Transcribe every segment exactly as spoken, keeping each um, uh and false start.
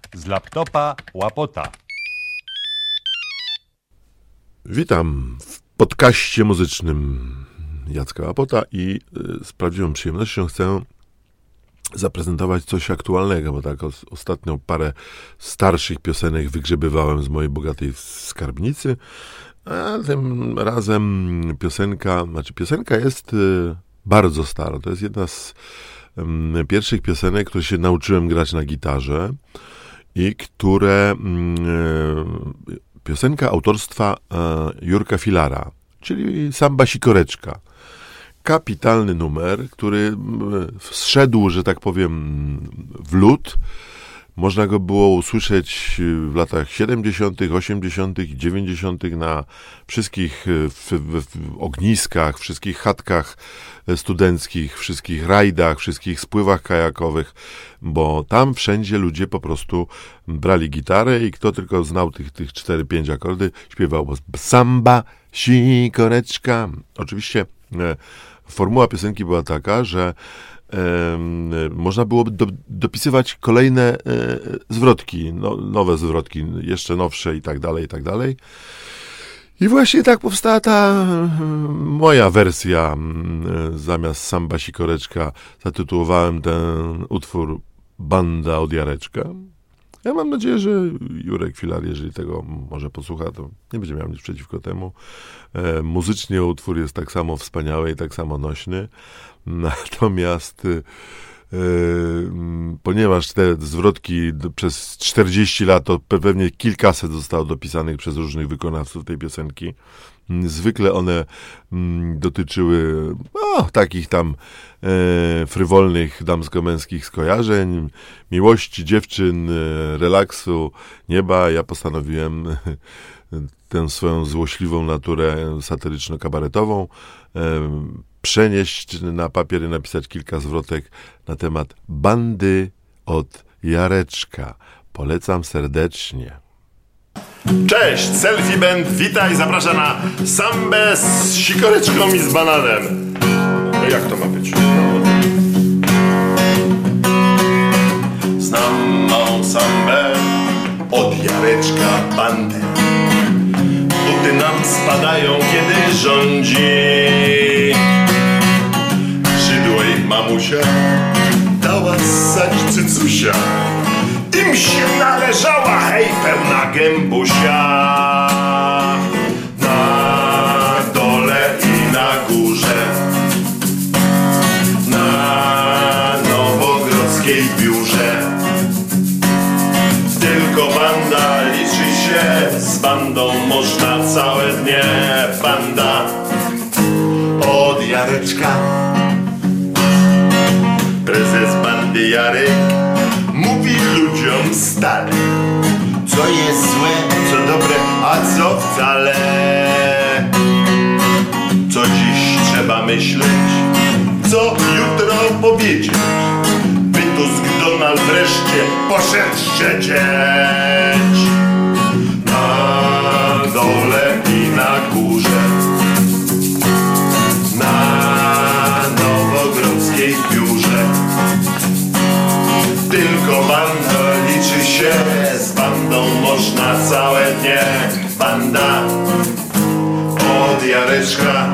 Z laptopa Łapota. Witam w podcaście muzycznym Jacka Łapota i y, z prawdziwą przyjemnością chcę zaprezentować coś aktualnego, bo tak os- ostatnio parę starszych piosenek wygrzebywałem z mojej bogatej skarbnicy, a tym razem piosenka, znaczy piosenka jest y, bardzo stara. To jest jedna z y, pierwszych piosenek, które się nauczyłem grać na gitarze i które y, piosenka autorstwa y, Jurka Filara, czyli Samba Sikoreczka. Kapitalny numer, który zszedł, że tak powiem, w lód. Można go było usłyszeć w latach siedemdziesiątych, osiemdziesiątych i dziewięćdziesiątych na wszystkich w, w, w ogniskach, wszystkich chatkach studenckich, wszystkich rajdach, wszystkich spływach kajakowych, bo tam wszędzie ludzie po prostu brali gitarę i kto tylko znał tych, tych cztery, pięć akordy, śpiewał Samba Sikoreczka. Oczywiście e, formuła piosenki była taka, że e, można było do, dopisywać kolejne e, zwrotki, no, nowe zwrotki, jeszcze nowsze i tak dalej, i tak dalej. I właśnie tak powstała ta e, moja wersja. E, zamiast Samba Sikoreczka zatytułowałem ten utwór Banda od Jareczka. Ja mam nadzieję, że Jurek Filar, jeżeli tego może posłucha, to nie będzie miał nic przeciwko temu. E, muzycznie utwór jest tak samo wspaniały i tak samo nośny. Natomiast e, ponieważ te zwrotki do, przez czterdzieści lat, to pewnie kilkaset zostało dopisanych przez różnych wykonawców tej piosenki. Zwykle one m, dotyczyły o, takich tam e, frywolnych damsko-męskich skojarzeń, miłości, dziewczyn, e, relaksu, nieba. Ja postanowiłem e, tę swoją złośliwą naturę satyryczno-kabaretową e, przenieść na papier i napisać kilka zwrotek na temat Bandy od Jareczka. Polecam serdecznie. Cześć, Selfie Band, witaj, zaprasza na sambę z sikoreczką i z bananem. No jak to ma być? Znam małą sambę od Jareczka bandę. Buty nam spadają, kiedy rządzi. Szydło ich mamusia dała ssać cycusia. Im się należała, hej, pełna gębusia. Na dole i na górze, na nowogrodzkiej biurze. Tylko banda liczy się, z bandą można całe dnie. Banda od Jareczka. Prezes bandy Jarek mówi ludziom stale, co jest złe, co dobre, a co wcale. Co dziś trzeba myśleć, co jutro powiedzieć, by Tusk Donald wreszcie poszedł szczecieć. Na dole i na górze, na nowogrodzkiej biurze. Tylko banda liczy się, z bandą można całe dnie. Banda od Jareczka.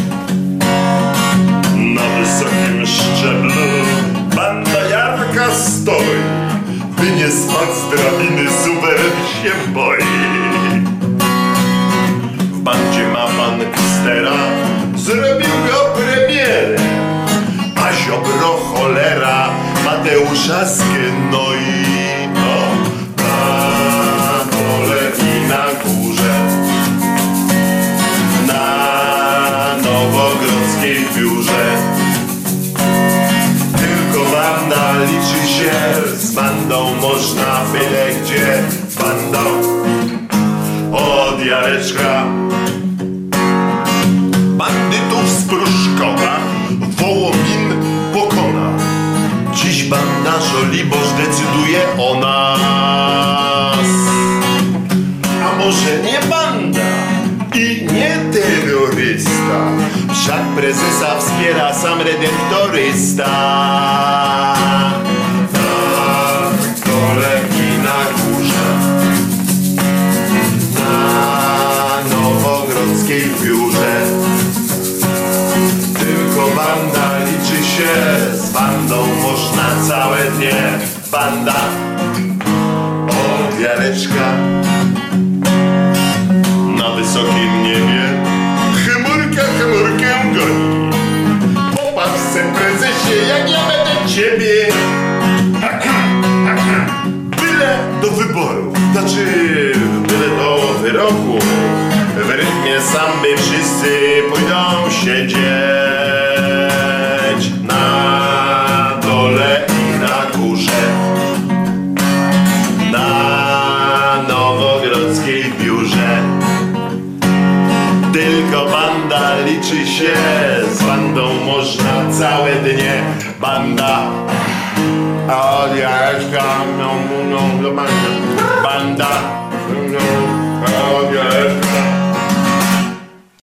Na wysokim szczeblu banda Jarka stoi, by nie spadł z drabiny, suweren się boi. W bandzie ma pan Kstera, zrobił go premierem, a Ziobro cholera Mateusza sknoi. No, na dole i na górze, na nowogrodzkiej biurze. Tylko banda liczy się, z bandą można byle gdzie. Banda od Jareczka. Bandytów z Pruszkowa Wołomin pokona. Dziś banda Żoliborz decyduje o nas. A może nie banda i nie terrorysta, wszak prezesa wspiera sam redemptorysta. Na dole i na banda od Jareczka. Na wysokim niebie chmurka chmurkę goni. Popatrz se, prezesie, jak ja będę ciebie. Byle do wyboru, znaczy byle do wyroku. W rytmie samby wszyscy pójdą siedzieć na dole i na górze, na nowogrodzkiej biurze. Tylko banda liczy się, z bandą można całe dnie. Banda od Jareczka, no, no, no, banda, no,